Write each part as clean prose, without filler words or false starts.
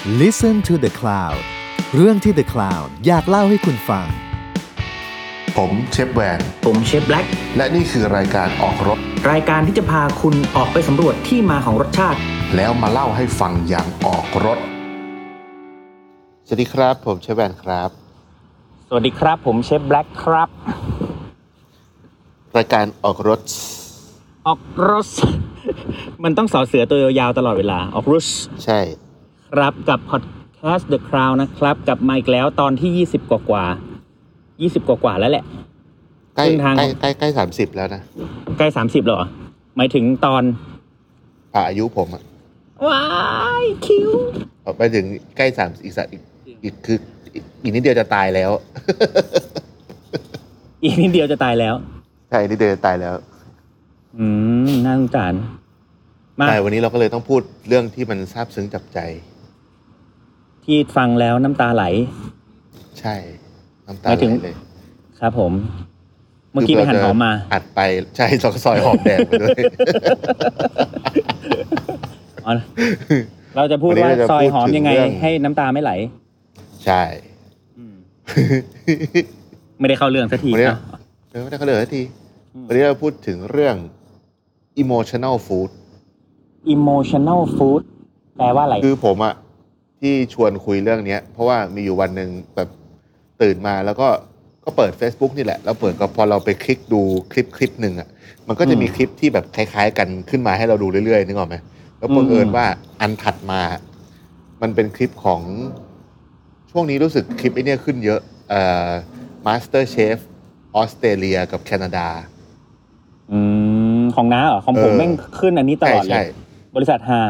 Listen to the Cloud เรื่องที่ The Cloud อยากเล่าให้คุณฟังผมเชฟแวนผมเชฟแบล็กและนี่คือรายการออกรถรายการที่จะพาคุณออกไปสำรวจที่มาของรสชาติแล้วมาเล่าให้ฟังอย่างออกรถสวัสดีครับผมเชฟแวนครับสวัสดีครับผมเชฟแบล็กครับรายการออกรถมันต้องสอเสือตัวยาวๆตลอดเวลาออกรถใช่ครับกับพอดแคสต์ The Crown นะครับกลับมาอีกแล้วตอนที่20กว่าแล้วแหละใกล้30แล้วนะใกล้30แล้วเหรอหมายถึงตอนอายุผมอ่ะว้ายคิวไปถึงใกล้30อีกคืออีกนิดเดียวจะตายแล้วอีกนิดเดียวจะตายแล้วใช่นิดเดียวจะตายแล้วน่าสงสารมากวันนี้เราก็เลยต้องพูดเรื่องที่มันซาบซึ้งจับใจที่ฟังแล้วน้ำตาไหลใช่น้ำตาไหลเลยครับผมเมื่อกี้ไปหั่นหอมมาอัดไปใช่ซอยหอมแดงไปด้วยเราจะพูดว่าซอยหอมยังไงให้น้ำตาไม่ไหลใช่ไม่ได้เข้าเรื่องสักทีนะไม่ได้เข้าเรื่องสักทีวันนี้เราพูดถึงเรื่อง emotional food emotional food แปลว่าอะไรคือผมอ่ะที่ชวนคุยเรื่องนี้เพราะว่ามีอยู่วันนึงแบบตื่นมาแล้วก็เปิด Facebook นี่แหละแล้วเปิดก็พอเราไปคลิกดูคลิปนึงอ่ะมันก็จะมีคลิปที่แบบคล้ายๆกันขึ้นมาให้เราดูเรื่อยๆนึกออกไหมแล้วบังเอิญว่าอันถัดมามันเป็นคลิปของช่วงนี้รู้สึกคลิปไอ้นี่ขึ้นเยอะMaster Chef ออสเตรเลียกับแคนาดาของน้าเหรอของผมแม่งขึ้นอันนี้ตลอดเลยบริษัทฮา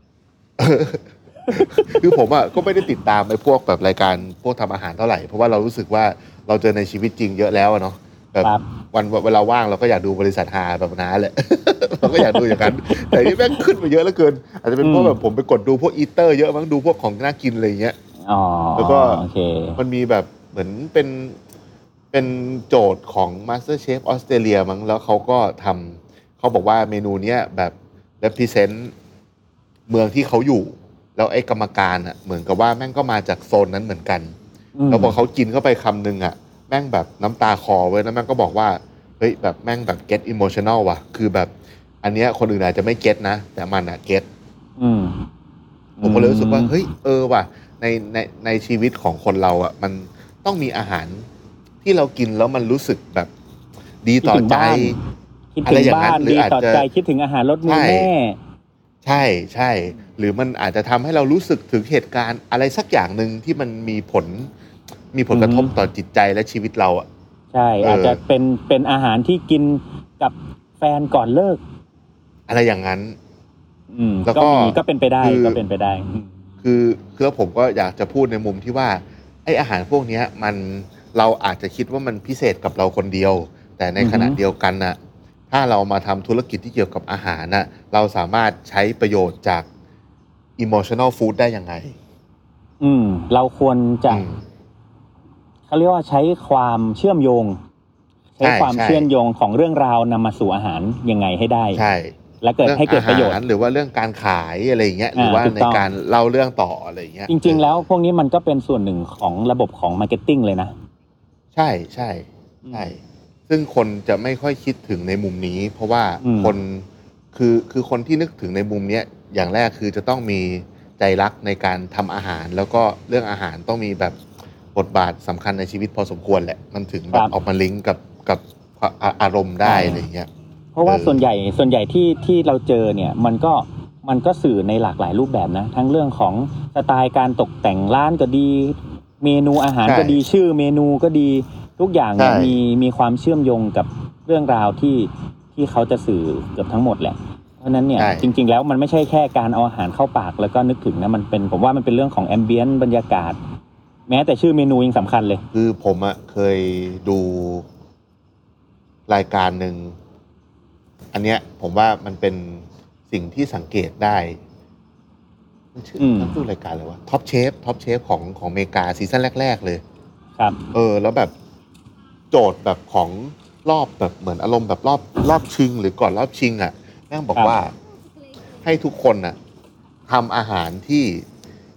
คือผมอ่ะก็ไม่ได้ติดตามไอ้พวกแบบรายการพวกทำอาหารเท่าไหร่เพราะว่าเรารู้สึกว่าเราเจอในชีวิตจริงเยอะแล้วเนาะแบบวันเวลาว่างเราก็อยากดูบริษัทฮาแบบน้าแหละเราก็อยากดูอย่างนั้นแต่นี่แม่งขึ้นมาเยอะเหลือเกินอาจจะเป็นเพราะแบบผมไปกดดูพวกอีเตอร์เยอะมั้งดูพวกของน่ากินอะไรอย่างเงี้ยแล้วก็มันมีแบบเหมือนเป็นโจทย์ของ Master Chef ออสเตรเลียมั้งแล้วเขาก็เขาบอกว่าเมนูเนี้ยแบบ represent เมืองที่เขาอยู่แล้วไอ้กรรมการอ่ะเหมือนกับว่าแม่งก็มาจากโซนนั้นเหมือนกันแล้วพอเขากินเข้าไปคำนึงอ่ะแม่งแบบน้ำตาคอเว้ยแล้วแม่งก็บอกว่าเฮ้ยแบบแม่งแบบ get emotional ว่ะคือแบบอันเนี้ยคนอื่นอาจจะไม่ get นะแต่มันอ่ะ get ผมก็เลยรู้สึกว่าเฮ้ยว่ะในชีวิตของคนเราอ่ะมันต้องมีอาหารที่เรากินแล้วมันรู้สึกแบบดีต่อใจอะไรอย่างนั้นหรืออาจจะคิดถึงอาหารรสมือแม่ใช่หรือมันอาจจะทำให้เรารู้สึกถึงเหตุการณ์อะไรสักอย่างนึงที่มันมีผลกระทบต่อจิตใจและชีวิตเราอ่ะใช่อาจจะเป็นอาหารที่กินกับแฟนก่อนเลิกอะไรอย่างนั้นแล้วก็เป็นไปได้คือแล้วผมก็อยากจะพูดในมุมที่ว่าไอ้อาหารพวกนี้เราอาจจะคิดว่ามันพิเศษกับเราคนเดียวแต่ในขณะเดียวกันน่ะถ้าเรามาทำธุรกิจที่เกี่ยวกับอาหารน่ะเราสามารถใช้ประโยชน์จาก emotional food ได้ยังไงเราควรจะเขาเรียกว่าใช้ความเชื่อมโยงของเรื่องราวนำมาสู่อาหารยังไงให้ได้ใช่และเกิดประโยชน์หรือว่าเรื่องการขายอะไรอย่างเงี้ยหรือว่าในการเล่าเรื่องต่ออะไรอย่างเงี้ยจริงๆแล้วพวกนี้มันก็เป็นส่วนหนึ่งของระบบของมาร์เก็ตติ้งเลยนะใช่ซึ่งคนจะไม่ค่อยคิดถึงในมุมนี้เพราะว่าคนคือคนที่นึกถึงในมุมเนี้ยอย่างแรกคือจะต้องมีใจรักในการทำอาหารแล้วก็เรื่องอาหารต้องมีแบบบทบาทสำคัญในชีวิตพอสมควรแหละมันถึงแบบออกมาลิงก์กับอารมณ์ได้อะไรอย่างเงี้ยเพราะว่าส่วนใหญ่ที่เราเจอเนี่ยมันก็สื่อในหลากหลายรูปแบบนะทั้งเรื่องของสไตล์การตกแต่งร้านก็ดีเมนูอาหารก็ดีชื่อเมนูก็ดีทุกอย่างเนี่ยมีความเชื่อมโยงกับเรื่องราวที่เขาจะสื่อเกือบทั้งหมดแหละเพราะนั้นเนี่ยจริงๆแล้วมันไม่ใช่แค่การเอาอาหารเข้าปากแล้วก็นึกถึงนะผมว่ามันเป็นเรื่องของแอมเบียนซ์บรรยากาศแม้แต่ชื่อเมนูยังสำคัญเลยคือผมเคยดูรายการหนึ่งอันเนี้ยผมว่ามันเป็นสิ่งที่สังเกตได้มันชื่อรายการอะไรวะท็อปเชฟของอเมริกาซีซั่นแรกๆเลยครับแล้วแบบโจทย์แบบของรอบแบบเหมือนอารมณ์แบบรอบชิงหรือก่อนรอบชิงอ่ะแม่งบอกว่าให้ทุกคนทำอาหารที่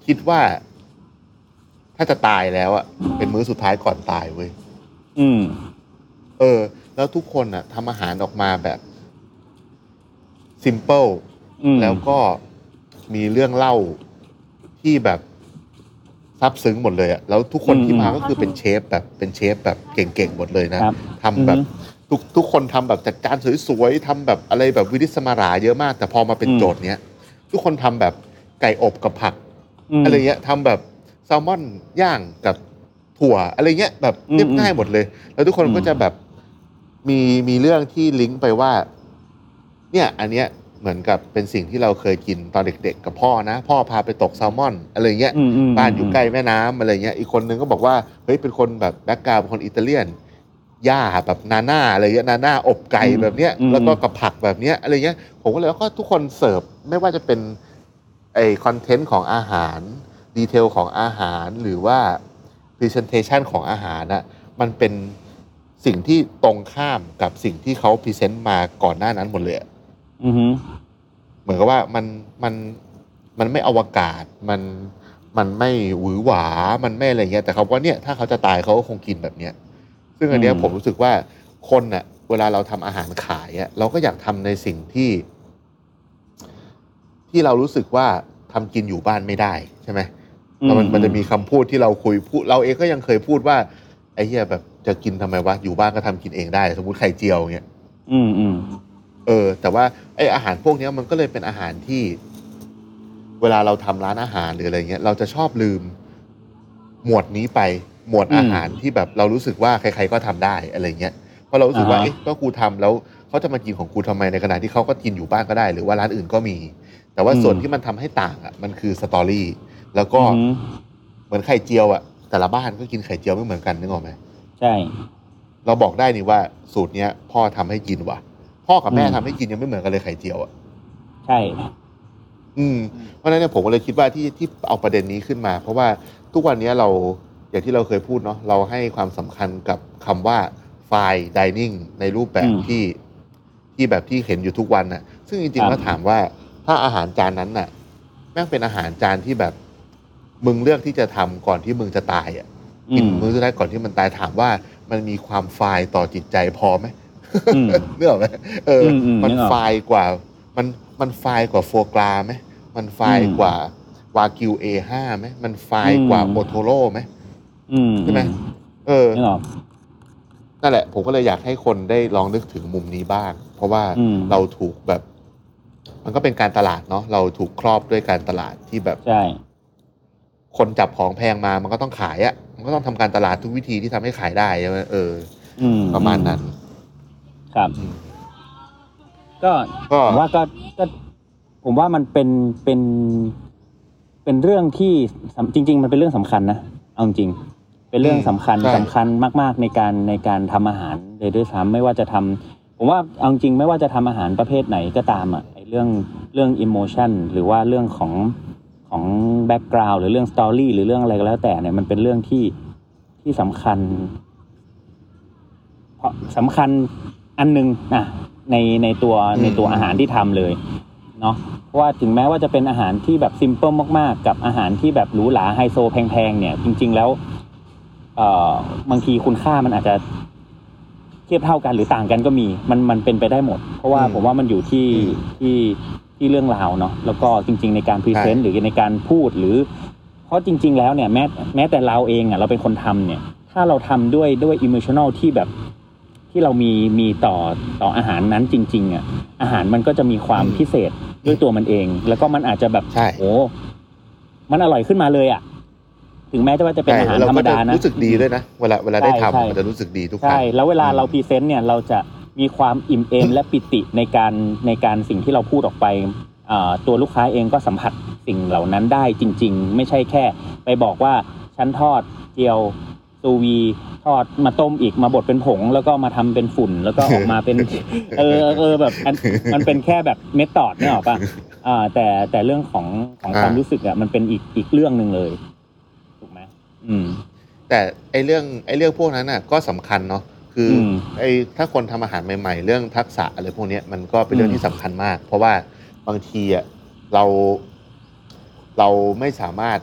คิดว่าถ้าจะตายแล้วอ่ะเป็นมื้อสุดท้ายก่อนตายเว้ยอืมแล้วทุกคนอ่ะทำอาหารออกมาแบบซิมเปิล แล้วก็มีเรื่องเล่าที่แบบซับซึ้งหมดเลยอ่ะแล้วทุกคนที่มาก็คือเป็นเชฟแบบเก่งๆหมดเลยนะทำแบบทุกคนทำแบบจัดจานสวยๆทำแบบอะไรแบบวิริสมาราเยอะมากแต่พอมาเป็นโจทย์เนี้ยทุกคนทำแบบไก่อบกับผักอะไรเงี้ยทำแบบแซลมอนย่างกับถั่วอะไรเงี้ยแบบเรียบง่ายหมดเลยแล้วทุกคนก็จะแบบมีเรื่องที่ลิงก์ไปว่าเนี่ยอันเนี้ยเหมือนกับเป็นสิ่งที่เราเคยกินตอนเด็กๆกับพ่อนะพ่อพาไปตกแซลมอนอะไรเงี้ยบ้านอยู่ใกล้แม่น้ำอะไรเงี้ยอีกคนนึงก็บอกว่าเฮ้ยเป็นคนแบบแบ็คกราวด์เป็นคนอิตาเลียนย่าแบบนาน่าอะไรเงี้ยนาน่าอบไก่แบบเนี้ยแล้วก็กับผักแบบเนี้ยอะไรเงี้ยผมก็เลยว่าก็ทุกคนเสิร์ฟไม่ว่าจะเป็นไอคอนเทนต์ของอาหารดีเทลของอาหารหรือว่า presentation ของอาหารน่ะมันเป็นสิ่งที่ตรงข้ามกับสิ่งที่เขาพรีเซนต์มาก่อนหน้านั้นหมดเลยเหมือนกับว่ามันไม่อวกาศมันไม่หวือหวามันไม่อะไรเงี้ยแต่เขาว่าเนี่ยถ้าเขาจะตายเขาก็คงกินแบบเนี้ยซึ่งอันเนี้ยผมรู้สึกว่าคนน่ะเวลาเราทำอาหารขายอ่ะเราก็อยากทำในสิ่งที่เรารู้สึกว่าทำกินอยู่บ้านไม่ได้ใช่ไหมแล้วมันจะมีคำพูดที่เราพูดเราเองก็ยังเคยพูดว่าไอ้เหี้ยแบบจะกินทำไมวะอยู่บ้านก็ทำกินเองได้สมมุติไข่เจียวเงี้ยแต่ว่าไอ้อาหารพวกนี้มันก็เลยเป็นอาหารที่เวลาเราทำร้านอาหารหรืออะไรเงี้ยเราจะชอบลืมหมวดนี้ไปหมวดอาหารที่แบบเรารู้สึกว่าใครๆก็ทำได้อะไรเงี้ยเพราะเรารู้สึกว่าเอ๊ะก็กูทำแล้วเขาจะมากินของกูทำไมในขณะที่เขาก็กินอยู่บ้านก็ได้หรือว่าร้านอื่นก็มีแต่ว่าส่วนที่มันทำให้ต่างอ่ะมันคือสตอรี่แล้วก็เหมือนไข่เจียวอ่ะแต่ละบ้านก็กินไข่เจียวไม่เหมือนกันนึกออกไหมใช่เราบอกได้นี่ว่าสูตรเนี้ยพ่อทำให้กินว่ะพ่อกับแม่ทำให้กินยังไม่เหมือนกันเลยไข่เจียวอ่ะใช่เพราะฉะนั้นเนี่ยผมก็เลยคิดว่าที่เอาประเด็นนี้ขึ้นมาเพราะว่าทุกวันนี้เราอย่างที่เราเคยพูดเนาะเราให้ความสำคัญกับคำว่าไฟน์ไดนิ่งในรูปแบบที่แบบที่เห็นอยู่ทุกวันน่ะซึ่งจริงๆแล้วถามว่าถ้าอาหารจานนั้นน่ะแม่งเป็นอาหารจานที่แบบมึงเลือกที่จะทำก่อนที่มึงจะตายอ่ะกินมื้อสุดท้ายก่อนที่มันตายถามว่ามันมีความไฟน์ต่อจิตใจพอไหมเรื่องไหมมันไฟน์กว่ามันไฟล์กว่าโฟกราไหมมันไฟล์กว่าวากิว A5 ไหมมันไฟล์กว่าโมโทโร่ไหมใช่ไหมนั่นแหละผมก็เลยอยากให้คนได้ลองนึกถึงมุมนี้บ้างเพราะว่าเราถูกแบบมันก็เป็นการตลาดเนาะเราถูกครอบด้วยการตลาดที่แบบใช่คนจับของแพงมามันก็ต้องขายอ่ะมันก็ต้องทำการตลาดทุกวิธีที่ทำให้ขายได้ใช่ไหมประมาณนั้นครับก็ผมว่าก็ผมว่ามันเป็นเรื่องที่จริงๆมันเป็นเรื่องสำคัญนะเอาจริงเป็นเรื่องสำคัญมากๆในการทำอาหารเลยด้วยซ้ำไม่ว่าจะทำผมว่าเอาจริงไม่ว่าจะทำอาหารประเภทไหนก็ตามอ่ะไอ้เรื่องอิโมชันหรือว่าเรื่องของแบ็กกราวด์หรือเรื่องสตอรี่หรือเรื่องอะไรก็แล้วแต่เนี่ยมันเป็นเรื่องที่สำคัญเพราะสำคัญอันนึงนะในตัวอาหารที่ทำเลยเนาะเพราะว่าถึงแม้ว่าจะเป็นอาหารที่แบบซิมเปิลมากๆกับอาหารที่แบบหรูหราไฮโซแพงๆเนี่ยจริงๆแล้วบางทีคุณค่ามันอาจจะเทียบเท่ากันหรือต่างกันก็มีมันเป็นไปได้หมดเพราะว่าผมว่ามันอยู่ที่เรื่องราวเนาะแล้วก็จริงๆในการพรีเซนต์หรือในการพูดหรือเพราะจริงๆแล้วเนี่ยแม้แต่เราเองอ่ะเราเป็นคนทำเนี่ยถ้าเราทำด้วยอิโมชันนอลที่แบบที่เรามีต่ออาหารนั้นจริงๆอ่ะอาหารมันก็จะมีความพิเศษด้วยตัวมันเองแล้วก็มันอาจจะแบบโอ้มันอร่อยขึ้นมาเลยอ่ะถึงแม้ว่าจะเป็นอาหารธรรมดานะรู้สึกดีด้วยนะเวลาได้ทำมันจะรู้สึกดีทุกครั้งใช่แล้วเวลาเราพรีเซนต์เนี่ยเราจะมีความอิ่มเอมและปิติในการสิ่งที่เราพูดออกไปตัวลูกค้าเองก็สัมผัสสิ่งเหล่านั้นได้จริงๆไม่ใช่แค่ไปบอกว่าฉันทอดเจียวซูวีทอดมาต้มอีกมาบดเป็นผงแล้วก็มาทำเป็นฝุ่นแล้วก็ออกมาเป็นแบบมันเป็นแค่แบบเมธอดเนี่ยหรอป่ะแต่เรื่องของความรู้สึกอ่ะมันเป็นอีกเรื่องนึงเลยถูกไหมแต่ไอ้เรื่องพวกนั้นน่ะก็สำคัญเนาะคือถ้าคนทำอาหารใหม่ๆเรื่องทักษะอะไรพวกนี้มันก็เป็นเรื่องที่สำคัญมากเพราะว่าบางทีอ่ะเราไม่สามารถ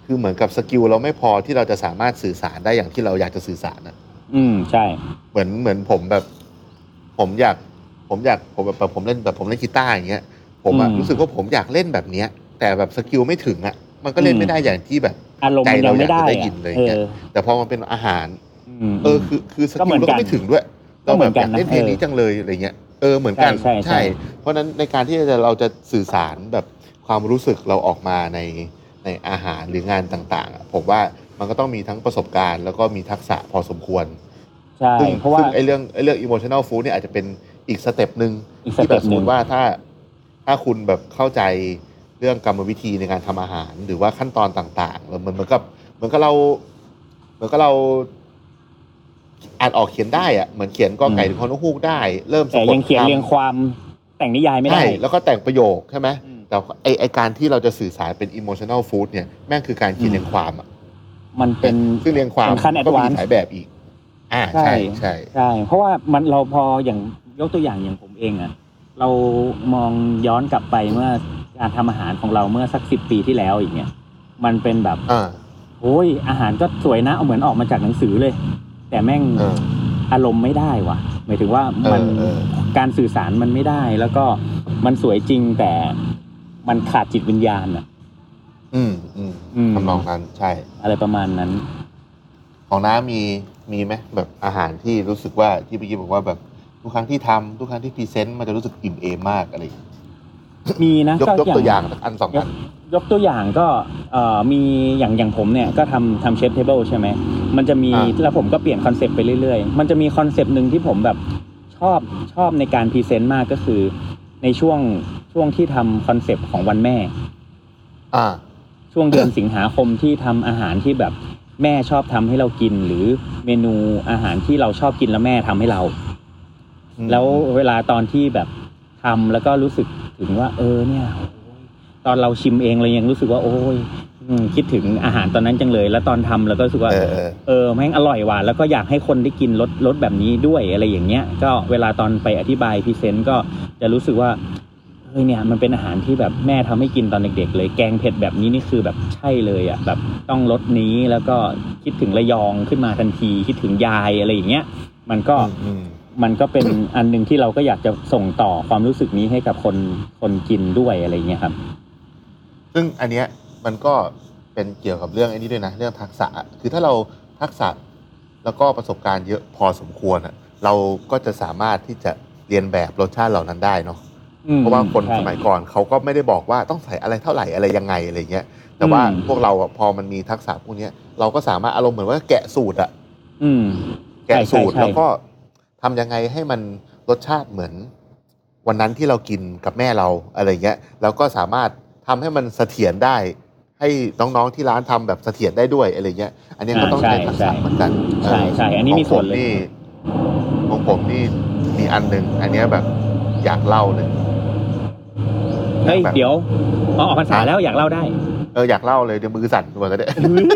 คือเหมือนกับสกิลเราไม่พอที่เราจะสามารถสื่อสารได้อย่างที่เราอยากจะสื่อสารนะใช่เหมือนผมแบบผมอยากแบบผมเล่นกีตาร์อย่างเงี้ยผมอะรู้สึกว่าผมอยากเล่นแบบเนี้ยแต่แบบสกิลไม่ถึงอะมันก็เล่นไม่ได้อย่างที่แบบอารมณ์มันยังไม่ได้ได้ยินเลยเงี้ยแต่พอมันเป็นอาหารคือสกิลเราก็ไม่ถึงด้วยเราแบบอยากเล่นเพลงนี้จังเลยอะไรเงี้ยเหมือนกันใช่เพราะนั้นในการที่เราจะสื่อสารแบบความรู้สึกเราออกมาในอาหารหรืองานต่างๆผมว่ามันก็ต้องมีทั้งประสบการณ์แล้วก็มีทักษะพอสมควรใช่เพราะว่าไอ้เรื่อง emotional food เนี่ยอาจจะเป็นอีกสเต็ปนึงที่แบบสมมติว่าถ้าคุณแบบเข้าใจเรื่องกรรมวิธีในการทำอาหารหรือว่าขั้นตอนต่างๆแล้วเหมือนกับเราอ่านออกเขียนได้อะเหมือนเขียนกอไก่ถึงฮอนกฮูกได้เริ่มแต่ยังเขียนเรียงความแต่งนิยายไม่ได้แล้วก็แต่งประโยคใช่ไหมแต่ไอการที่เราจะสื่อสารเป็น emotional food เนี่ยแม่งคือการเขียนเรียงความอ่ะมันเป็นซึ่งเรียงความก็มีหลายแบบอีกใช่เพราะว่ามันเราพออย่างยกตัวอย่างอย่างผมเองอ่ะเรามองย้อนกลับไปเมื่อการทำอาหารของเราเมื่อสัก10 ปีที่แล้วอย่างเงี้ยมันเป็นแบบโอ้ยอาหารก็สวยนะเหมือนออกมาจากหนังสือเลยแต่แม่งอารมณ์ไม่ได้ว่ะหมายถึงว่ามันการสื่อสารมันไม่ได้แล้วก็มันสวยจริงแต่มันขาดจิตวิญญาณอ่ะทำนองนั้นใช่อะไรประมาณนั้นของน้ามีไหมแบบอาหารที่รู้สึกว่าที่พี่บอกว่าแบบทุกครั้งที่ทำทุกครั้งที่พรีเซนต์มันจะรู้สึกอิ่มเอมมากอะไรมีนะยกตัวอย่างอันสองอันยกตัวอย่างก็มีอย่างผมเนี่ยก็ทำเชฟเทเบิลใช่ไหมมันจะมีแล้วผมก็เปลี่ยนคอนเซปต์ไปเรื่อยๆมันจะมีคอนเซปต์นึงที่ผมแบบชอบในการพรีเซนต์มากก็คือในช่วงที่ทำคอนเซปต์ของวันแม่ช่วงเดือนสิงหาคมที่ทำอาหารที่แบบแม่ชอบทำให้เรากินหรือเมนูอาหารที่เราชอบกินแล้วแม่ทำให้เราแล้วเวลาตอนที่แบบทำแล้วก็รู้สึกถึงว่าเนี่ยตอนเราชิมเองเรายังรู้สึกว่าโอ้ยคิดถึงอาหารตอนนั้นจังเลยแล้วตอนทำแล้วก็รู้สึกว่าแม่งอร่อยว่ะแล้วก็อยากให้คนได้กินรสแบบนี้ด้วยอะไรอย่างเงี้ยก็เวลาตอนไปอธิบายพรีเซนต์ก็จะรู้สึกว่าเนี่ยมันเป็นอาหารที่แบบแม่ทำให้กินตอนเด็กๆเลยแกงเผ็ดแบบนี้นี่คือแบบใช่เลยอ่ะแบบต้องรสนี้แล้วก็คิดถึงระยองขึ้นมาทันทีคิดถึงยายอะไรอย่างเงี้ยมันก็เป็นอันนึงที่เราก็อยากจะส่งต่อความรู้สึกนี้ให้กับคนกินด้วยอะไรเงี้ยครับซึ่งอันเนี้ยมันก็เป็นเกี่ยวกับเรื่องไอ้นี้ด้วยนะเรื่องทักษะคือถ้าเราทักษะแล้วก็ประสบการณ์เยอะพอสมควรอ่ะเราก็จะสามารถที่จะเรียนแบบรสชาติเหล่านั้นได้เนาะเพราะว่าคนสมัยก่อนเขาก็ไม่ได้บอกว่าต้องใส่อะไรเท่าไหร่อะไรยังไงอะไรเงี้ยแต่ว่าพวกเราพอมันมีทักษะพวกนี้เราก็สามารถอารมณ์เหมือนว่าแกะสูตรแกะสูตรแล้วก็ทำยังไงให้มันรสชาติเหมือนวันนั้นที่เรากินกับแม่เราอะไรเงี้ยแล้วก็สามารถทำให้มันเสถียรได้ให้น้องๆที่ร้านทำแบบเสถียรได้ด้วยอะไรเงี้ยอันนี้ก็ต้องใช้ทักษะเหมือนกันใช่อันนี้มีส่วนเลยของผมนี่มีอันนึงอันนี้แบบอยากเล่าเลยเฮ้ยเดี๋ยวออกพรรษาแล้วอยากเล่าได้อยากเล่าเลยเดี๋ยวมือสั่นหมดแล้วเนี่ย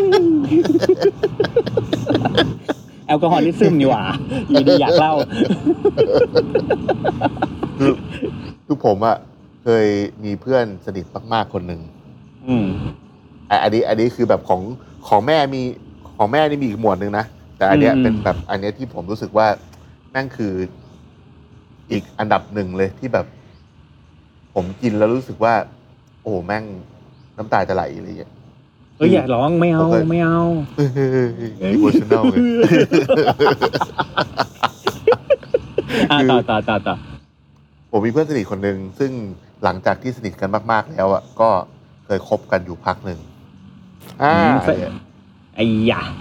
แอลกอฮอลิซึมนี่หว่าอยู่ดีอยากเล่าคือผมอ่ะเคยมีเพื่อนสนิทมากๆคนหนึ่งอันนี้คือแบบของแม่มีของแม่นี่มีอีกหมวดนึงนะแต่อันเนี้ยเป็นแบบอันเนี้ยที่ผมรู้สึกว่าแม่งคืออีกอันดับหนึ่งเลยที่แบบผมกินแล้วรู้สึกว่าโอ้แม่งน้ำตาจะไหลอะไรอย่างเงี้ยอย่าร้องไม่เอา emotional เลยต่อผมมีเพื่อนสนิทคนหนึ่งซึ่งหลังจากที่สนิทกันมากๆแล้วอ่ะก็เคยคบกันอยู่พักหนึ่งไอ้ยา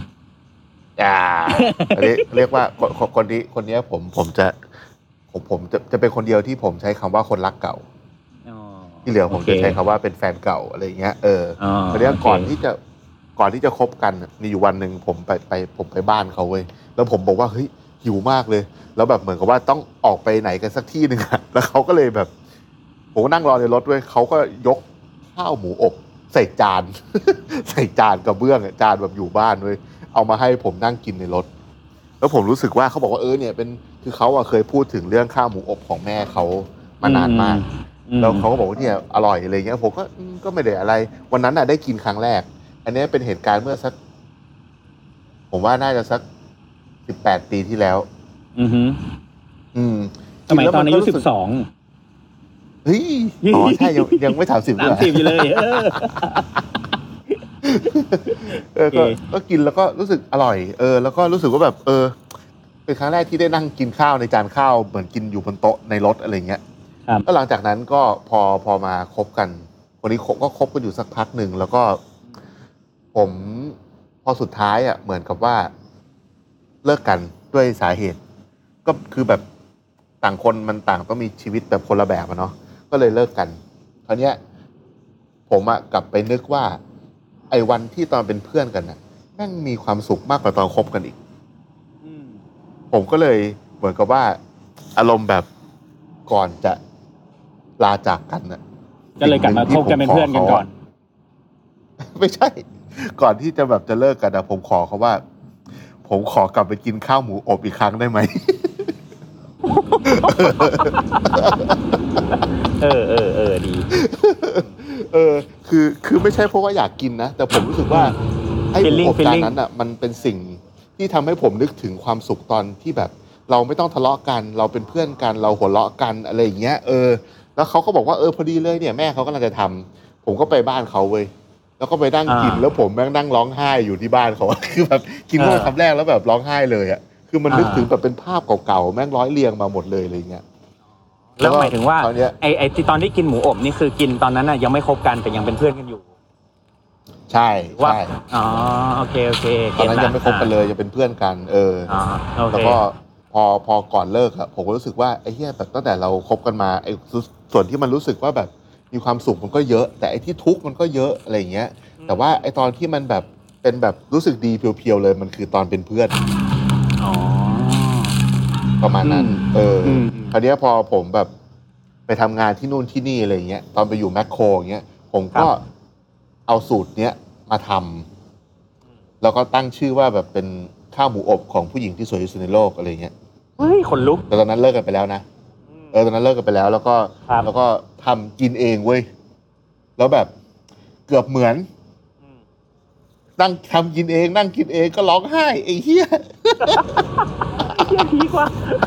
อันนี้เรียกว่าคนนี้ผมจะเป็นคนเดียวที่ผมใช้คำว่าคนรักเก่าที่เหลือผมจะใช้คำว่าเป็นแฟนเก่าอะไรเงี้ยตอนนี้ก่อนที่จะคบกันมีอยู่วันหนึ่งผมไปบ้านเขาเว้ยแล้วผมบอกว่าเฮ้ยหิวมากเลยแล้วแบบเหมือนกับว่าต้องออกไปไหนกันสักที่หนึ่งอะแล้วเขาก็เลยแบบผมก็นั่งรอในรถด้วยเขาก็ยกข้าวหมูอบใส่จานกระเบื้องจานแบบอยู่บ้านเว้ยเอามาให้ผมนั่งกินในรถแล้วผมรู้สึกว่าเขาบอกว่าเนี่ยเป็นคือเขาเคยพูดถึงเรื่องข้าวหมูอบของแม่เขามานานมากแล้วเขาก็บอกว่าเนี่ยอร่อยอะไรเงี้ยผมก็ไม่ได้อะไรวันนั้นได้กินครั้งแรกอันนี้เป็นเหตุการณ์เมื่อสัก ผมว่าน่าจะสัก18 ปีที่แล้วอือฮึอืมสมัยตอนอายุ12 เฮ้ยอ๋อใช่ยังไม่30เลย 30อยู่เลยก็กินแล้วก็รู้สึกอร่อยแล้วก็รู้สึกว่าแบบเป็นครั้งแรกที่ได้นั่งกินข้าวในจานข้าวเหมือนกินอยู่บนโต๊ะในรถอะไรเงี้ยแล้วหลังจากนั้นก็พอมาคบกันวันนี้ก็คบกันอยู่สักพักหนึ่งแล้วก็ผมพอสุดท้ายอ่ะเหมือนกับว่าเลิกกันด้วยสาเหตุก็คือแบบต่างคนมันต่างต้องมีชีวิตแบบคนละแบบอะเนาะก็เลยเลิกกันคราวเนี้ยผมอะกลับไปนึกว่าไอ้วันที่ตอนเป็นเพื่อนกันน่ะแม่งมีความสุขมากกว่าตอนคบกันอีกผมก็เลยเหมือนกับว่าอารมณ์แบบก่อนจะลาจากกันน่ะก็เลยกลับมาคบกันเป็นเพื่อนกันก่อนไม่ใช่ก่อนที่จะแบบจะเลิกกันนะผมขอเขาว่าผมขอกลับไปกินข้าวหมูอบอีกครั้งได้ไหมดีคือไม่ใช่เพราะว่าอยากกินนะแต่ผมรู้สึกว่าไอ้หมูอบจานนั้นอ่ะมันเป็นสิ่งที่ทำให้ผมนึกถึงความสุขตอนที่แบบเราไม่ต้องทะเลาะกันเราเป็นเพื่อนกันเราหัวเราะกันอะไรอย่างเงี้ยแล้วเขาก็บอกว่าพอดีเลยเนี่ยแม่เขากำลังจะทำผมก็ไปบ้านเขาเว้ยแล้วก็ไปนั่งกินแล้วผมแม่งนั่งร้องไห้อยู่ที่บ้านเขาคือแบบกินเข้าไปคำแรกแล้วแบบร้องไห้เลยอ่ะคือมันนึกถึงแบบเป็นภาพเก่าๆแม่งร้อยเรียงมาหมดเลยอะไรเงี้ยแล้วหมายถึงว่าไอ้ที่ตอนที่กินหมูอบนี่คือกินตอนนั้นน่ะยังไม่คบกันแต่ยังเป็นเพื่อนกันอยู่ใช่ว่าอ๋อโอเคตอนนั้นยังไม่คบกันเลยยังเป็นเพื่อนกันแล้วก็พอก่อนเลิกอะผมก็รู้สึกว่าไอ้เหี้ยแบบตั้งแต่เราคบกันมาไอ้ส่วนที่มันรู้สึกว่าแบบมีความสุขมันก็เยอะแต่ไอ้ที่ทุกข์มันก็เยอะอะไรอย่างเงี้ยแต่ว่าไอ้ตอนที่มันแบบเป็นแบบรู้สึกดีเพียวๆเลยมันคือตอนเป็นเพื่อนประมาณนั้นคราวนี้พอผมแบบไปทำงานที่นู่นที่นี่อะไรเงี้ยตอนไปอยู่แมคโครอย่างเงี้ยผมก็เอาสูตรเนี้ยมาทำแล้วก็ตั้งชื่อว่าแบบเป็นข้าวหมูอบของผู้หญิงที่สวยที่สุดในโลกอะไรเงี้ยเฮ้ยขนลุกแต่ตอนนั้นเลิกกันไปแล้วนะตอนนั้นเลิกกันไปแล้วแล้วก็ทำกินเองเว้ยแล้วแบบเกือบเหมือนนั่งทำกินเองนั่งกินเองก็ร้องไห้ไอ้เหี้ยพีกว่า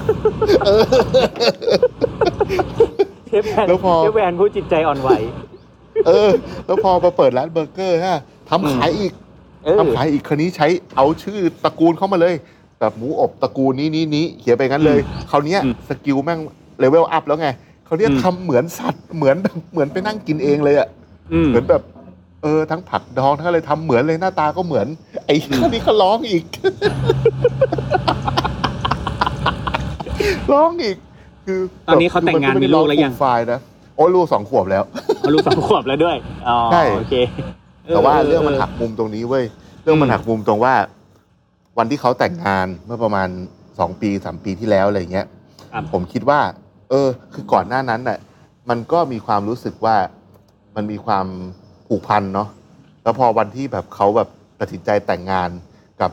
เชฟแวนผู้จิตใจอ่อนไหวแล้วพอมาเปิดร้านเบอร์เกอร์ฮะทำขายอีกคราวนี้ใช้เอาชื่อตระกูลเข้ามาเลยแบบหมูอบตระกูลนี้เขียนไปงั้นเลยคราวนี้สกิลแม่งเลเวลอัพแล้วไงคราวนี้ทำเหมือนสัตว์เหมือนไปนั่งกินเองเลยอ่ะเหมือนแบบทั้งผักดองทั้งอะไรทำเหมือนเลยหน้าตาก็เหมือนไอ้คนนี้เขาร้องอีกร้องอีกคือตอนนี้เขาแต่งงานมีลูกแล้วยังไฟนะโอ้ลูก2 ขวบแล้วลูก2 ขวบแล้วด้วยใช่โอเคแต่ว่าเรื่องมันหักมุมตรงนี้เว้ยเรื่องมันหักมุมตรงว่าวันที่เขาแต่งงานเมื่อประมาณ2 ปี 3 ปีที่แล้วอะไรเงี้ยผมคิดว่าคือก่อนหน้านั้นน่ะมันก็มีความรู้สึกว่ามันมีความผูกพันเนาะแล้วพอวันที่แบบเขาแบบตัดสินใจแต่งงานกับ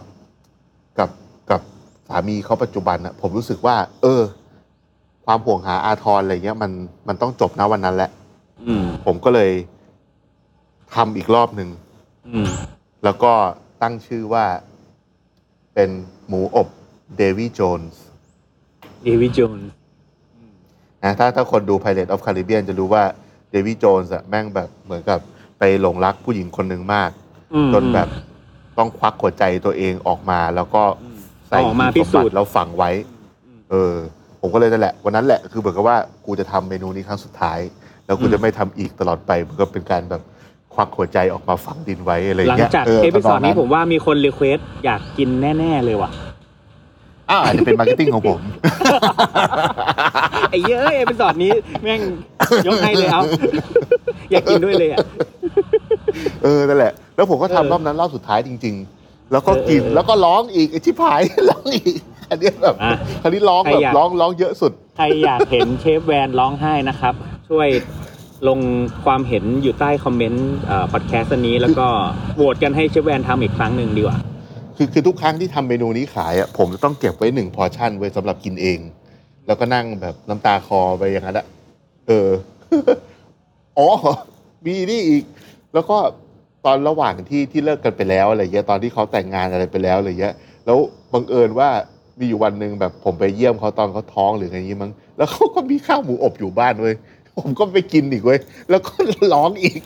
สามีเขาปัจจุบันน่ะผมรู้สึกว่าความห่วงหาอาทรอะไรเงี้ยมันต้องจบนะวันนั้นแหละผมก็เลยทำอีกรอบหนึ่งแล้วก็ตั้งชื่อว่าเป็นหมูอบเดวี่โจนส์นะถ้าคนดู Pirates of Caribbean จะรู้ว่าเดวี่โจนส์อะแม่งแบบเหมือนกับไปหลงรักผู้หญิงคนหนึ่งมากจนแบบต้องควักหัวใจตัวเองออกมาแล้วก็ใส่พิสูจน์แล้วฝังไว้ผมก็เลยนั่นแหละวันนั้นแหละคือเหมือนกับว่ากูจะทำเมนูนี้ครั้งสุดท้ายแล้วกูจะไม่ทำอีกตลอดไปมันก็เป็นการแบบควักหัวใจออกมาฝังดินไว้อะไรอย่างเงี้ยหลังจากเอพิโซดนี้ผมว่ามีคนรีเควสอยากกินแน่ๆเลยว่ะอาจจะเป็นมาร์เก็ตติ้งของผมไอ้เยอะเอพิโซดนี้แม่งยกให้เลยเอาอยากกินด้วยเลยอ่ะนั่นแหละแล้วผมก็ทำรอบนั้นรอบสุดท้ายจริงๆแล้วก็กินแล้วก็ร้องอีกไอ้ชิบหายร้องอีกอันนี้แบบคราวนี้ร้องแบบร้องเยอะสุดใครอยากเห็นเชฟแวนร้องไห้นะครับช่วยลงความเห็นอยู่ใต้คอมเมนต์พอดแคสต์นี้แล้วก็โหวตกันให้เชฟแวนทำอีกครั้งหนึ่งดีกว่าคือทุกครั้งที่ทำเมนูนี้ขายอ่ะผมจะต้องเก็บไว้1 พอร์ชั่นไว้สำหรับกินเองแล้วก็นั่งแบบน้ำตาคอไปอย่างนั้นอะอ๋อมีนี่อีกแล้วก็ตอนระหว่างที่เลิกกันไปแล้วอะไรเงี้ยตอนที่เขาแต่งงานอะไรไปแล้วอะไรเงี้ยแล้วบังเอิญว่ามีอยู่วันหนึ่งแบบผมไปเยี่ยมเขาตอนเขาท้องหรืออะไรอย่างงี้มั้งแล้วเขาก็มีข้าวหมูอบอยู่บ้านเว้ยผมก็ไปกินอีกเว้ยแล้วก็ร้องอีก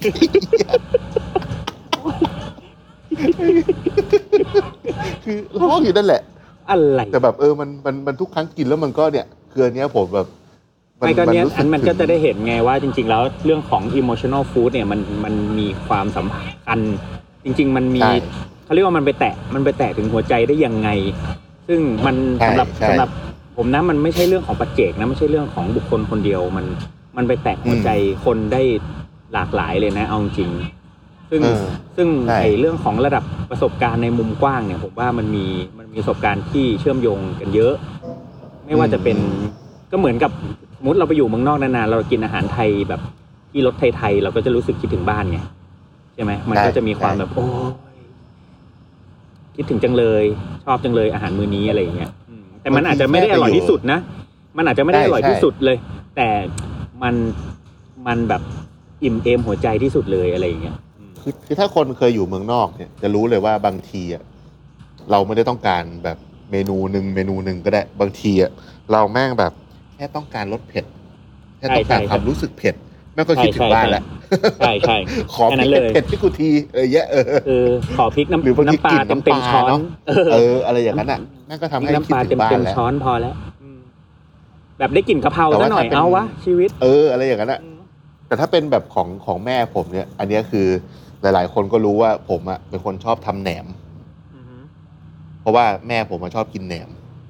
คือร้องอยู่นั่นแหละอะไรแต่แบบมันทุกครั้งกินแล้วมันก็เนี่ยคืออันเนี้ยผมแบบไม่ก็เนี้ยรู้สึอันมันถึงก็จะได้เห็นไงว่าจริงๆแล้วเรื่องของ emotional food เนี่ยมันมีความสำคัญจริงๆมันมีใช่เขาเรียกว่ามันไปแตะถึงหัวใจได้ยังไง ซึ่งมันใช่สำหรับใช่ผมนะมันไม่ใช่เรื่องของปัจเจกนะไม่ใช่เรื่องของบุคคลคนเดียวมันไปแตะหัวใจคนได้หลากหลายเลยนะเอาจริงซึ่งใช่ไอ้เรื่องของระดับประสบการณ์ในมุมกว้างเนี่ยผมว่ามันมีประสบการณ์ที่เชื่อมโยงกันเยอะ ไม่ว่าจะเป็นก็เหมือนกับสมมติเราไปอยู่เมืองนอกนานๆเรากินอาหารไทยแบบที่รสไทยๆเราก็จะรู้สึกคิดถึงบ้านไงใช่ไหมมันก็จะมีความแบบโอ้ยคิดถึงจังเลยชอบจังเลยอาหารมื้อนี้อะไรอย่างเงี้ยแต่มันอาจจะไม่ได้อร่อยที่สุดนะมันอาจจะไม่ได้อร่อยที่สุดเลย แต่มันแบบอิ่มเอมหัวใจที่สุดเลยอะไรอย่างเงี้ยคือถ้าคนเคยอยู่เมืองนอกเนี่ยจะรู้เลยว่าบางทีอ่ะเราไม่ได้ต้องการแบบเมนูหนึ่งก็ได้บางทีอ่ะเราแม่งแบบแค่ต้องการรสเผ็ดแค่ต้องการความรู้สึกเผ็ดแม่งก็คิดถึงบ้านแล้วใช่ใช่ขอพริกเผ็ดที่กูทีเยอะขอพริกหรือบางทีน้ำปลากินน้ำเต็ปมลาช้อนเนาะอะไรอย่างนั้นอ่ะแม่งก็ทำให้น้ำคิดปลาถึงบ้านเต็มแล้วช้อนพอแล้วแบบได้กลิ่นกะเพราแต่ซะว่าหน่อยถ้าเป็นเอาวะชีวิตอะไรอย่างนั้นอ่ะแต่ถ้าเป็นแบบของแม่ผมเนี่ย อันเนี้ยคือหลาย ๆ คนก็รู้ว่าผมอ่ะเป็นคนชอบทำแหนม เพราะว่าแม่ผมมาชอบกินแหนม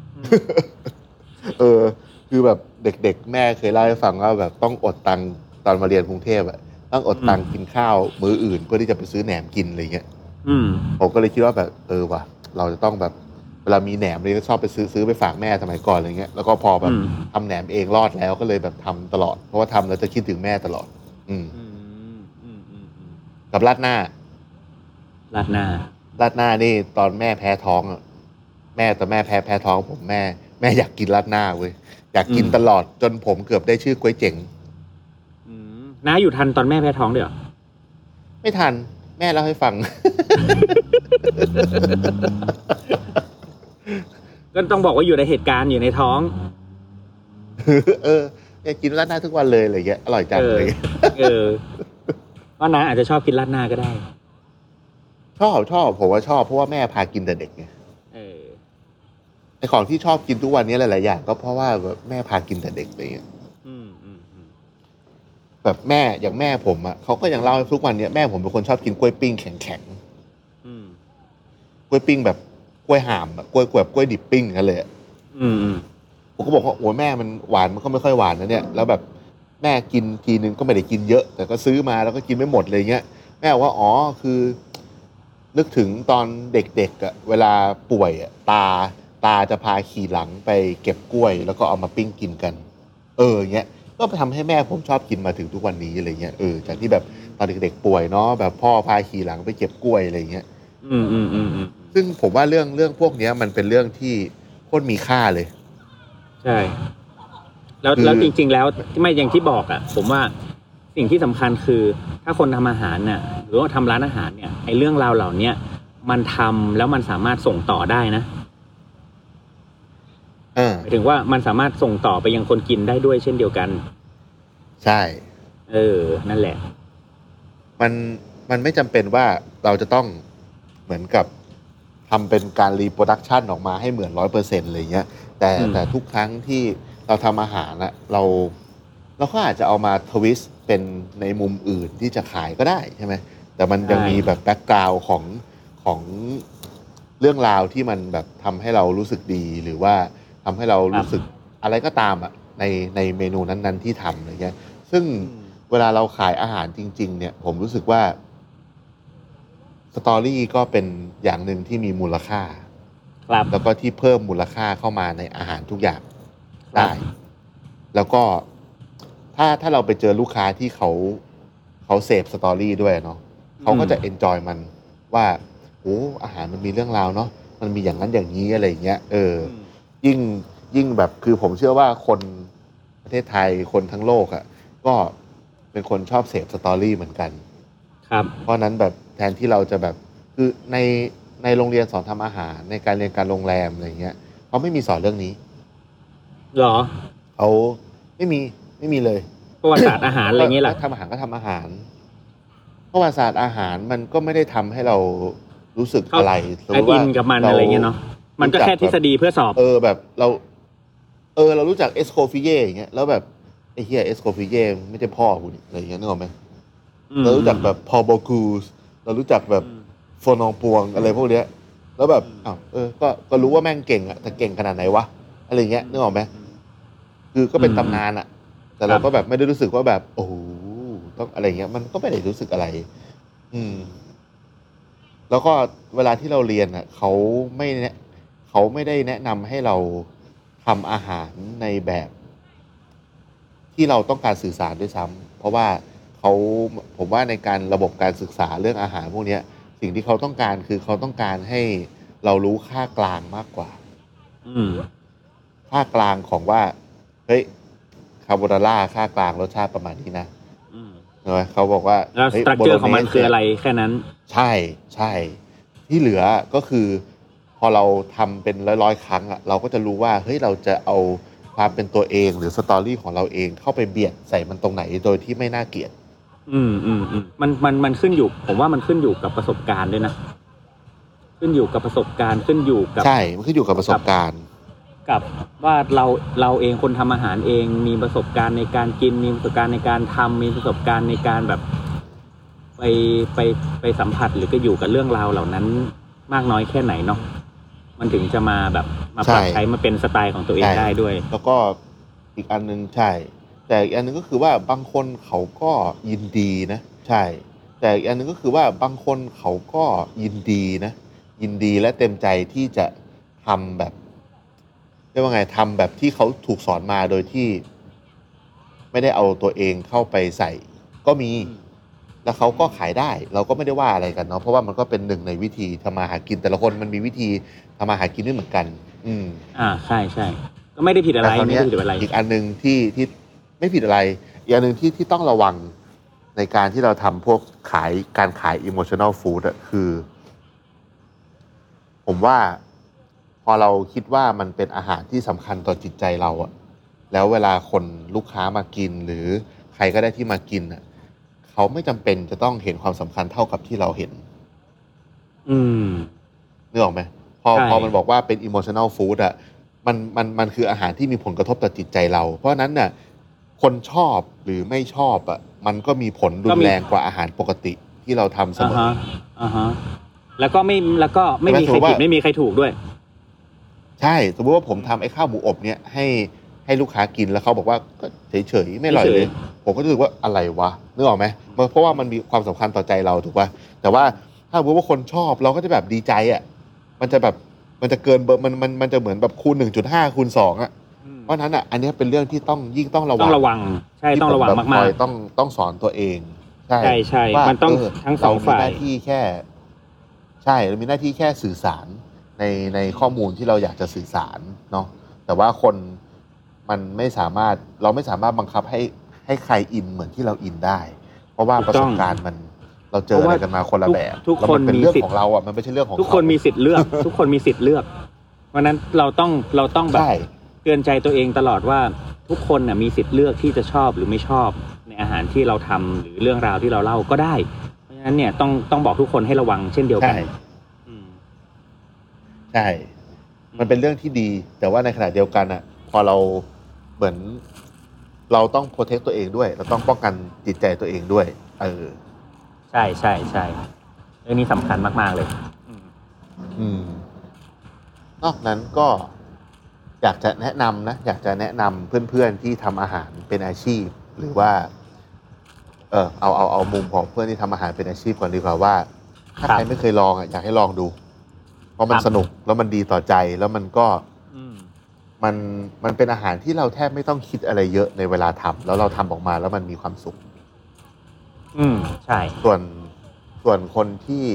คือแบบเด็กๆแม่เคยเล่าให้ฟังว่าแบบต้องอดตังค์ตอนมาเรียนกรุงเทพอ่ะต้องอดตังค์กินข้าวมื้ออื่นเพื่อที่จะไปซื้อแหนมกินอะไรเงี้ยผมก็เลยคิดว่าแบบว่ะเราจะต้องแบบเวลามีแหนมเลยก็ชอบไปซื้อไปฝากแม่สมัยก่อนอะไรเงี้ยแล้วก็พอแบบทำแหนมเองรอดแล้วก็เลยแบบทำตลอดเพราะว่าทำแล้วจะคิดถึงแม่ตลอดกับราดหน้านี่ตอนแม่แพ้ท้องอ่ะแม่แพ้ท้องผมแม่อยากกินราดหน้าเว้ยอยากกินตลอดจนผมเกือบได้ชื่อก๋วยเจ๋งน้าอยู่ทันตอนแม่แพ้ท้องด้วยเหรอไม่ทันแม่เล่าให้ฟังก็ต้องบอกว่าอยู่ในเหตุการณ์อยู่ในท้องอยากกินราดหน้าทุกวันเลยอะไรเงี้ยอร่อยจังเลยว่าน้าอาจจะชอบกินราดหน้าก็ได้ชอบผมว่าชอบเพราะว่าแม่พากินแต่เด็กไงไอของที่ชอบกินทุกวันนี้หลายๆอย่างก็เพราะว่าแบบแม่พากินแต่เด็กอะไรเงี้ยแบบแม่อย่างแม่ผมอ่ะเขาก็ยังเล่าให้ทุกวันนี้แม่ผมเป็นคนชอบกินกล้วยปิ้งแข็งๆกล้วยปิ้งแบบกล้วยห่ามแบบกล้วยดิบปิ้งกันเลยผมก็บอกว่าโอ้แม่มันหวานมันก็ไม่ค่อยหวานนะเนี่ยแล้วแบบแม่กินทีนึงก็ไม่ได้กินเยอะแต่ก็ซื้อมาแล้วก็กินไม่หมดเลยเงี้ยแม่บอกว่าอ๋อคือนึกถึงตอนเด็กๆอ่ะเวลาป่วยอ่ะตาจะพาขี่หลังไปเก็บกล้วยแล้วก็เอามาปิ้งกินกันเงี้ยก็ทำให้แม่ผมชอบกินมาถึงทุกวันนี้อะไรเงี้ยจากที่แบบตอนเด็กๆป่วยเนาะแบบพ่อพาขี่หลังไปเก็บกล้วยอะไรเงี้ยซึ่งผมว่าเรื่องพวกเนี้ยมันเป็นเรื่องที่โคตรมีค่าเลยใช่แล้วจริงๆแล้วไม่อย่างที่บอกอ่ะผมว่าสิ่งที่สำคัญคือถ้าคนทำอาหารเนี่ยหรือว่าทำร้านอาหารเนี่ยไอ้เรื่องราวเหล่านี้มันทำแล้วมันสามารถส่งต่อได้นะหมายถึงว่ามันสามารถส่งต่อไปยังคนกินได้ด้วยเช่นเดียวกันใช่นั่นแหละมันไม่จำเป็นว่าเราจะต้องเหมือนกับทำเป็นการรีโปรดักชันออกมาให้เหมือน 100% อะไรเงี้ยแต่ทุกครั้งที่เราทำอาหารนะเราก็อาจจะเอามาทวิสต์เป็นในมุมอื่นที่จะขายก็ได้ใช่ไหมแต่มันยังมีแบบแบ็กกราวด์ของเรื่องราวที่มันแบบทำให้เรารู้สึกดีหรือว่าทำให้เรารู้สึกอะไรก็ตามอ่ะในเมนูนั้นๆที่ทำอะไรเงี้ยซึ่งเวลาเราขายอาหารจริงๆเนี่ยผมรู้สึกว่าสตอรี่ก็เป็นอย่างหนึ่งที่มีมูลค่าแล้วก็ที่เพิ่มมูลค่าเข้ามาในอาหารทุกอย่างได้แล้วก็ถ้าเราไปเจอลูกค้าที่เขาเสพสตอรี่ด้วยเนาะเขาก็จะเอนจอยมันว่าโอ้อาหารมันมีเรื่องราวเนาะมันมีอย่างนั้นอย่างนี้อะไรอย่างเงี้ยยิ่งแบบคือผมเชื่อว่าคนประเทศไทยคนทั้งโลกอ่ะก็เป็นคนชอบเสพสตอรี่เหมือนกันครับเพราะนั้นแบบแทนที่เราจะแบบคือในโรงเรียนสอนทำอาหารในการเรียนการโรงแรมอะไรเงี้ยเขาไม่มีสอนเรื่องนี้เหรอเขาไม่มีเลยประวัติศาสตร์อาหารอะไรอย่างเงี้ยเหรอทำอาหารก็ทำอาหารประวัติศาสตร์อาหารมันก็ไม่ได้ทำให้เรารู้สึกอะไรสมมติว่าอินกับมันอะไรเงี้ยเนาะมันก็แค่ทฤษฎีเพื่อสอบแบบเรารู้จักเอสโคฟิเย่อย่างเงี้ยแล้วแบบไอ้เหี้ยเอสโคฟิเย่ไม่ใช่พ่อกูนี่อะไรอย่างเงี้ยนึกออกไหมเรารู้จักแบบพอลโบกูสเรารู้จักแบบโฟนองปวงอะไรพวกเนี้ยแล้วแบบอ้าวก็รู้ว่าแม่งเก่งอะแต่เก่งขนาดไหนวะอะไรเงี้ยนึกออกไหมคือก็เป็นตำนานอะแต่เราก็แบบไม่ได้รู้สึกว่าแบบโอ้โหต้องอะไรเงี้ยมันก็ไม่ได้รู้สึกอะไร แล้วก็เวลาที่เราเรียนอะเขาไม่ได้แนะนำให้เราทำอาหารในแบบที่เราต้องการสื่อสารด้วยซ้ำเพราะว่าผมว่าในการระบบการศึกษาเรื่องอาหารพวกเนี้ยสิ่งที่เขาต้องการคือเขาต้องการให้เรารู้ค่ากลางมากกว่า ค่ากลางของว่าเฮ้ยคาโบนาร่าค่ากลางรสชาติประมาณนี้นะใช่ไหมเขาบอกว่าแล้วสตรัคเจอร์ของมันคืออะไรแค่นั้นใช่ที่เหลือก็คือพอเราทำเป็นร้อยๆครั้งอ่ะเราก็จะรู้ว่าเฮ้ยเราจะเอาความเป็นตัวเองหรือสตอรี่ของเราเองเข้าไปเบียดใส่มันตรงไหนโดยที่ไม่น่าเกลียดมันขึ้นอยู่ผมว่ามันขึ้นอยู่กับประสบการณ์ด้วยนะขึ้นอยู่กับประสบการณ์ขึ้นอยู่กับใช่มันขึ้นอยู่กับประสบการณ์กับว่าเราเองคนทำอาหารเองมีประสบการณ์ในการกินมีประสบการณ์ในการทำมีประสบการณ์ในการแบบไปสัมผัสหรือก็อยู่กับเรื่องราวเหล่านั้นมากน้อยแค่ไหนเนาะมันถึงจะมาแบบมาปรับใช้มาเป็นสไตล์ของตัวเองได้ด้วยแล้วก็อีกอันนึงใช่แต่อีกอันนึงก็คือว่าบางคนเขาก็ยินดีนะใช่แต่อีกอันนึงก็คือว่าบางคนเขาก็ยินดีนะยินดีและเต็มใจที่จะทำแบบเรียกว่าไงทำแบบที่เขาถูกสอนมาโดยที่ไม่ได้เอาตัวเองเข้าไปใส่ก็มีแล้วเขาก็ขายได้เราก็ไม่ได้ว่าอะไรกันเนาะเพราะว่ามันก็เป็นหนึ่งในวิธีทำมาหากินแต่ละคนมันมีวิธีทำมาหากินไม่เหมือนกันใช่ก็ไม่ได้ผิดอะไรไม่ได้ผิดอะไรอีกอันนึงที่ไม่ผิดอะไรอีกอันนึงที่ต้องระวังในการที่เราทำพวกการขาย emotional food อะคือผมว่าพอเราคิดว่ามันเป็นอาหารที่สำคัญต่อจิตใจเราอะแล้วเวลาคนลูกค้ามากินหรือใครก็ได้ที่มากินอะเขาไม่จำเป็นจะต้องเห็นความสำคัญเท่ากับที่เราเห็นนึกออกไหมพอมันบอกว่าเป็น emotional food อะมันคืออาหารที่มีผลกระทบต่อจิตใจเราเพราะนั้นน่ะคนชอบหรือไม่ชอบอะมันก็มีผลรุนแรงกว่าอาหารปกติที่เราทำเสมอแล้วก็ไม่มีใครผิดไม่มีใครถูกด้วยใช่สมมติว่าผมทำไอ้ข้าวหมูอบเนี่ยให้ลูกค้ากินแล้วเขาบอกว่าก็เฉยๆไม่อร่อยเลยผมก็รู้สึกว่าอะไรวะนึกออกไหมเพราะว่ามันมีความสำคัญต่อใจเราถูกป่ะแต่ว่าถ้าสมมติว่าคนชอบเราก็จะแบบดีใจอ่ะมันจะเกินเบอร์มันจะเหมือนแบบคูณ 1.5 คูณ 2อ่ะเพราะนั้นอ่ะอันนี้เป็นเรื่องที่ต้องระวังใช่ต้องระวังมากๆต้องสอนตัวเองใช่มันต้องทั้งสองฝ่ายเรามีหน้าที่แค่ใช่เรามีหน้าที่แค่สื่อสารในข้อมูลที่เราอยากจะสื่อสารเนาะแต่ว่าคนเราไม่สามารถบังคับให้ใครอินเหมือนที่เราอินได้เพราะว่าประสบการณ์เราเจออะไรกันมาคนละแบบทุกคนเป็นเรื่องของเราอ่ะมันไม่ใช่เรื่องของทุกคนมีสิทธิ์เลือก ทุกคนมีสิทธิ์เลือกเพราะนั้นเราต้องแบบเตือนใจตัวเองตลอดว่าทุกคนน่ะมีสิทธิ์เลือกที่จะชอบหรือไม่ชอบในอาหารที่เราทำหรือเรื่องราวที่เราเล่าก็ได้เพราะฉะนั้นเนี่ยต้องบอกทุกคนให้ระวังเช่นเดียวกันใช่มันเป็นเรื่องที่ดีแต่ว่าในขณะเดียวกันอ่ะพอเราเหมือนเราต้องโปรเทคตัวเองด้วยเราต้องป้องกันจิตใจตัวเองด้วยใช่เรื่องนี้สำคัญมากๆเลยนอกนั้นก็อยากจะแนะนำเพื่อนๆที่ทำอาหารเป็นอาชีพหรือว่าเอามุมของเพื่อนที่ทำอาหารเป็นอาชีพก่อนดีกว่าว่าถ้าใครไม่เคยลองอยากให้ลองดูเพราะมันสนุกแล้วมันดีต่อใจแล้วมันก็มันเป็นอาหารที่เราแทบไม่ต้องคิดอะไรเยอะในเวลาทำแล้วเราทำออกมาแล้วมันมีความสุขใช่ส่วนคน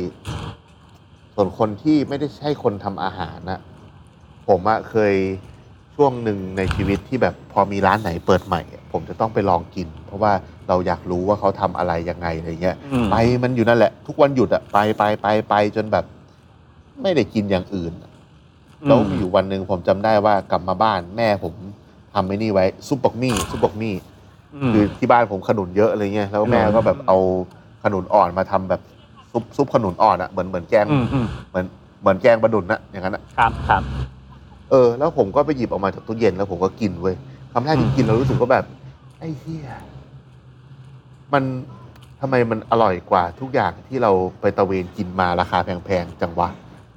ที่ไม่ได้ใช่คนทำอาหารนะผมเคยช่วงหนึ่งในชีวิตที่แบบพอมีร้านไหนเปิดใหม่ผมจะต้องไปลองกินเพราะว่าเราอยากรู้ว่าเขาทำอะไรยังไงอะไรเงี้ยอืมไปมันอยู่นั่นแหละ ทุกวันหยุดอะไปจนแบบไม่ได้กินอย่างอื่นแล้วมีอยู่วันหนึ่งผมจำได้ว่ากลับมาบ้านแม่ผมทำไอ้นี่ไว้ซุปบักมี่คือที่บ้านผมขนุนเยอะอะไรเงี้ยแล้วแม่ก็แบบเอาขนุนอ่อนมาทำแบบซุปขนุนอ่อนอะเหมือนแกงเหมือนแกงปลาดุกนะอย่างนั้นอะครับแล้วผมก็ไปหยิบออกมาจากตู้เย็นแล้วผมก็กินเว้ยคำแรกที่กินเรารู้สึกว่าแบบไอ้เหี้ยมันทำไมมันอร่อยกว่าทุกอย่างที่เราไปตะเวนกินมาราคาแพงๆจังวะ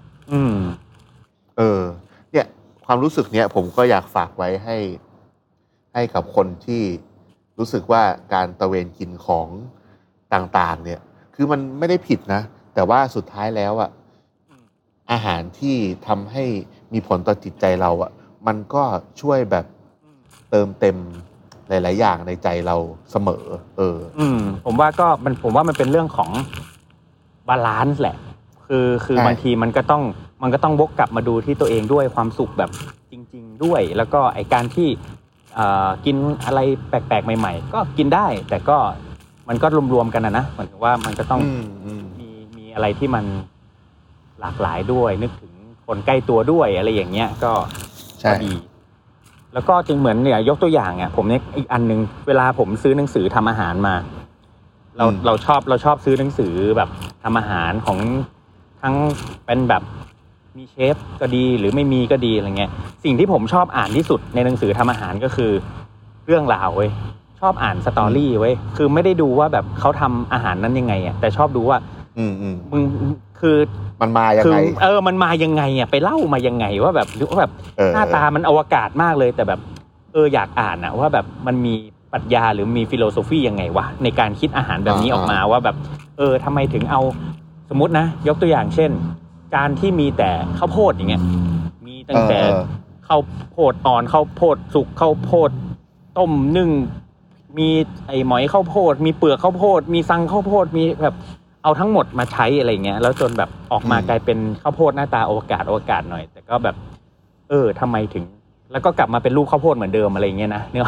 เนี่ยความรู้สึกเนี้ยผมก็อยากฝากไว้ให้กับคนที่รู้สึกว่าการตะเวนกินของต่างๆเนี่ยคือมันไม่ได้ผิดนะแต่ว่าสุดท้ายแล้วอะอาหารที่ทำให้มีผลต่อจิตใจเราอะมันก็ช่วยแบบเติมเต็มหลายๆอย่างในใจเราเสมอผมว่ามันเป็นเรื่องของบาลานซ์แหละคือบางทีมันก็ต้องวกกลับมาดูที่ตัวเองด้วยความสุขแบบจริงๆด้วยแล้วก็ไอการที่กินอะไรแปลกๆใหม่ๆก็กินได้แต่ก็มันก็รวมๆกันนะเหมือนว่ามันก็ต้องมีอะไรที่มันหลากหลายด้วยนึกถึงคนใกล้ตัวด้วยอะไรอย่างเงี้ยก็ดีแล้วก็จึงเหมือนเนี่ยยกตัวอย่างอ่ะผมเนี่ยอีกอันนึงเวลาผมซื้อหนังสือทำอาหารมาเราชอบซื้อหนังสือแบบทำอาหารของทั้งเป็นแบบมีเชฟก็ดีหรือไม่มีก็ดีอะไรเงี้ยสิ่งที่ผมชอบอ่านที่สุดในหนังสือทำอาหารก็คือเรื่องราวเว้ยชอบอ่านสตอรี่เว้ยคือไม่ได้ดูว่าแบบเขาทำอาหารนั้นยังไงอ่ะแต่ชอบดูว่ามึงคือมันมายังไงมันมายังไงอ่ะไปเล่ามายังไงว่าแบบหรือว่าแบบหน้าตามันอวกาศมากเลยแต่แบบอยากอ่านอ่ะว่าแบบมันมีปรัชญาหรือมีฟิโลโซฟียังไงวะในการคิดอาหารแบบนี้ออกมาว่าแบบทำไมถึงเอาสมมตินะยกตัวอย่างเช่นการที่มีแต่ข้าวโพดอย่างเงี้ยมีตั้งแต่ข้าวโพดอ่อนข้าวโพดสุกข้าวโพดต้มนึ่งมีไอ้หมอยข้าวโพดมีเปลือกข้าวโพดมีซังข้าวโพดมีแบบเอาทั้งหมดมาใช้อะไรเงี้ยแล้วจนแบบออกมากลายเป็นข้าวโพดหน้าตาอวกาศหน่อยแต่ก็แบบทำไมถึงแล้วก็กลับมาเป็นรูปข้าวโพดเหมือนเดิมอะไรเงี้ยนะเนี่ย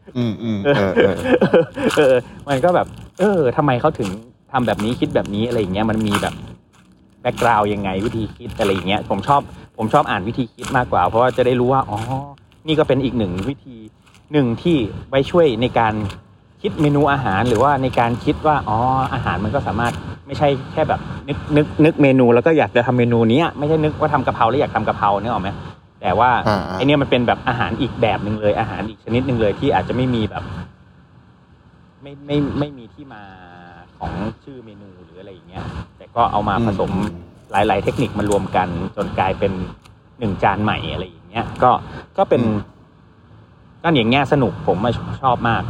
มันก็แบบทำไมเขาถึงทำแบบนี้คิดแบบนี้อะไรอย่างเงี้ยมันมีแบบแบ็คกราวด์ยังไงวิธีคิดอะไรอย่างเงี้ยผมชอบอ่านวิธีคิดมากกว่าเพราะว่าจะได้รู้ว่าอ๋อนี่ก็เป็นอีกหนึ่งวิธีหนึ่งที่ไว้ช่วยในการคิดเมนูอาหารหรือว่าในการคิดว่าอ๋ออาหารมันก็สามารถไม่ใช่แค่แบบนึกเมนูแล้วก็อยากจะทำเมนูนี้ไม่ใช่นึกว่าทำกะเพราแล้วอยากทำกะเพราเนี่ยหรอไหมแต่ว่าไอเนี้ยมันเป็นแบบอาหารอีกแบบนึงเลยอาหารอีกชนิดนึงเลยที่อาจจะไม่มีแบบไม่มีที่มาของชื่อเมนูหรืออะไรอย่างเงี้ยแต่ก็เอามาผสมหลายๆเทคนิคมารวมกันจนกลายเป็น1จานใหม่อะไรอย่างเงี้ยก็เป็นก็อย่างเงี้ยสนุกผมชอบมาก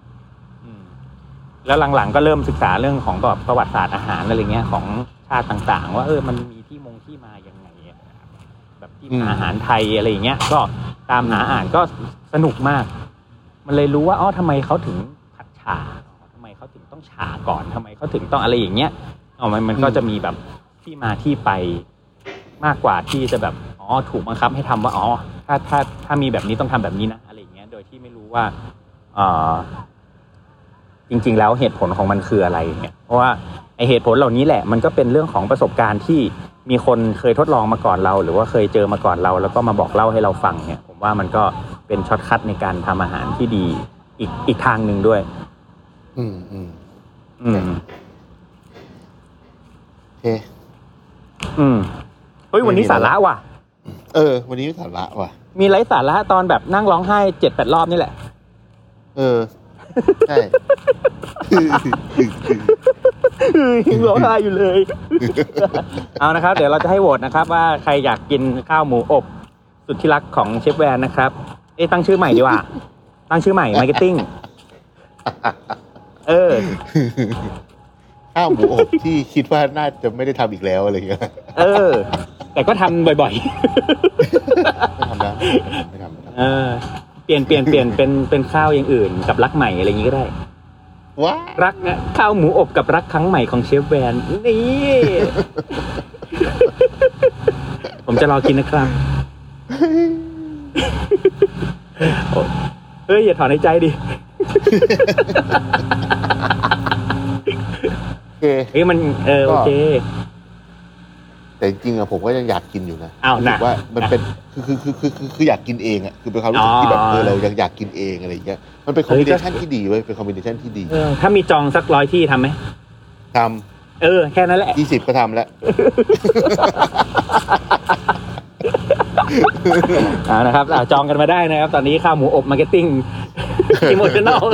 แล้วหลังๆก็เริ่มศึกษาเรื่องของแบบประวัติศาสตร์อาหารอะไรเงี้ยของชาติต่างๆว่ามันมีที่มายังไงแบบที่มาอาหารไทยอะไรอย่างเงี้ยก็ตามหาอ่านก็สนุกมากมันเลยรู้ว่าอ๋อทำไมเขาถึงผัดฉ่าทำไมเขาถึงต้องฉ่าก่อนทำไมเขาถึงต้องอะไรอย่างเงี้ยมันก็จะมีแบบที่มาที่ไปมากกว่าที่จะแบบอ๋อถูกบังคับให้ทำว่าอ๋อถ้ามีแบบนี้ต้องทำแบบนี้นะอะไรอย่างเงี้ยโดยที่ไม่รู้ว่าจริงๆแล้วเหตุผลของมันคืออะไรเนี่ยเพราะว่าไอเหตุผลเหล่านี้แหละมันก็เป็นเรื่องของประสบการณ์ที่มีคนเคยทดลองมาก่อนเราหรือว่าเคยเจอมาก่อนเราแล้วก็มาบอกเล่าให้เราฟังเนี่ยผมว่ามันก็เป็นช็อตคัทในการทำอาหารที่ดีอีกทางหนึ่งด้วยโอเคเฮ้ยวันนี้สาระว่ะวันนี้สาระว่ะมีไร้สาระตอนแบบนั่งร้องไห้ 7-8 รอบนี่แหละใช่ยังร้องไห้อยู่เลยเอานะครับเดี๋ยวเราจะให้โหวตนะครับว่าใครอยากกินข้าวหมูอบสุดที่รักของเชฟแวนนะครับตั้งชื่อใหม่ดีกว่าตั้งชื่อใหม่มาร์เก็ตติ้งข้าวหมูอบที่คิดว่าน่าจะไม่ได้ทำอีกแล้วอะไรอย่างเงี้ยแต่ก็ทำบ่อยๆไม่ทำเปลี่ยนเป็นข้าวอย่างอื่นกับรักใหม่อะไรอย่างงี้ก็ได้ว้ารักนะข้าวหมูอบกับรักครั้งใหม่ของเชฟแวนนี่ผมจะรอกินนะครับอย่าถอนในใจดิโอเคเฮ้ยมันโอเคแต่จริงๆอะผมก็ยังอยากกินอยู่นะอ้าวรู้สึกว่ามันเป็นคืออยากกินเองอะคือเป็นความรู้สึกที่แบบเรายังอยากกินเองอะไรอย่างเงี้ยมันเป็นคอมบิเนชันที่ดีเว้ยเป็นคอมบิเนชันที่ดีถ้ามีจองสัก100 ที่ทำไหมทแค่นั้นแหละำ20ก็ทำแล้วนะครับจองกันมาได้นะครับ ตอนนี้ข้าวหมูอบมาร์เก็ตติ้งอิโมชั่นอล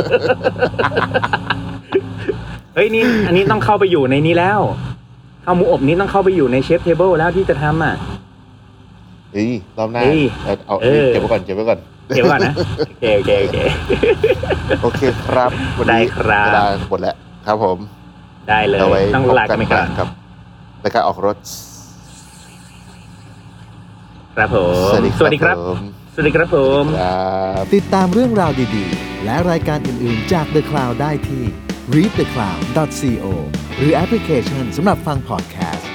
เฮ้ยนี่อันนี้ต้องเข้าไปอยู่ในนี้แล้วข้าวหมูอบนี้ต้องเข้าไปอยู่ในเชฟเทเบิลแล้วที่จะทำอ่ะเฮ้ยรอบหน้าเฮ้ยเอาเก็บไว้ก่อนเก็บไว้ก่อนเดี๋ยวก่อนนะโอเคโอเคครับวันได้นี้ครับเวลาหมดแล้วครับผมได้เลยเอาไว้ต้องพบลากันไปก่อนกับรายการออกรถครับผมสวัสดีครับสวัสดีครับผมสวัสดีครับผมครับติดตามเรื่องราวดีๆ และรายการอื่นๆจาก The Cloud ได้ที่ readthecloud.co หรือแอปพลิเคชันสำหรับฟังพอดแคสต์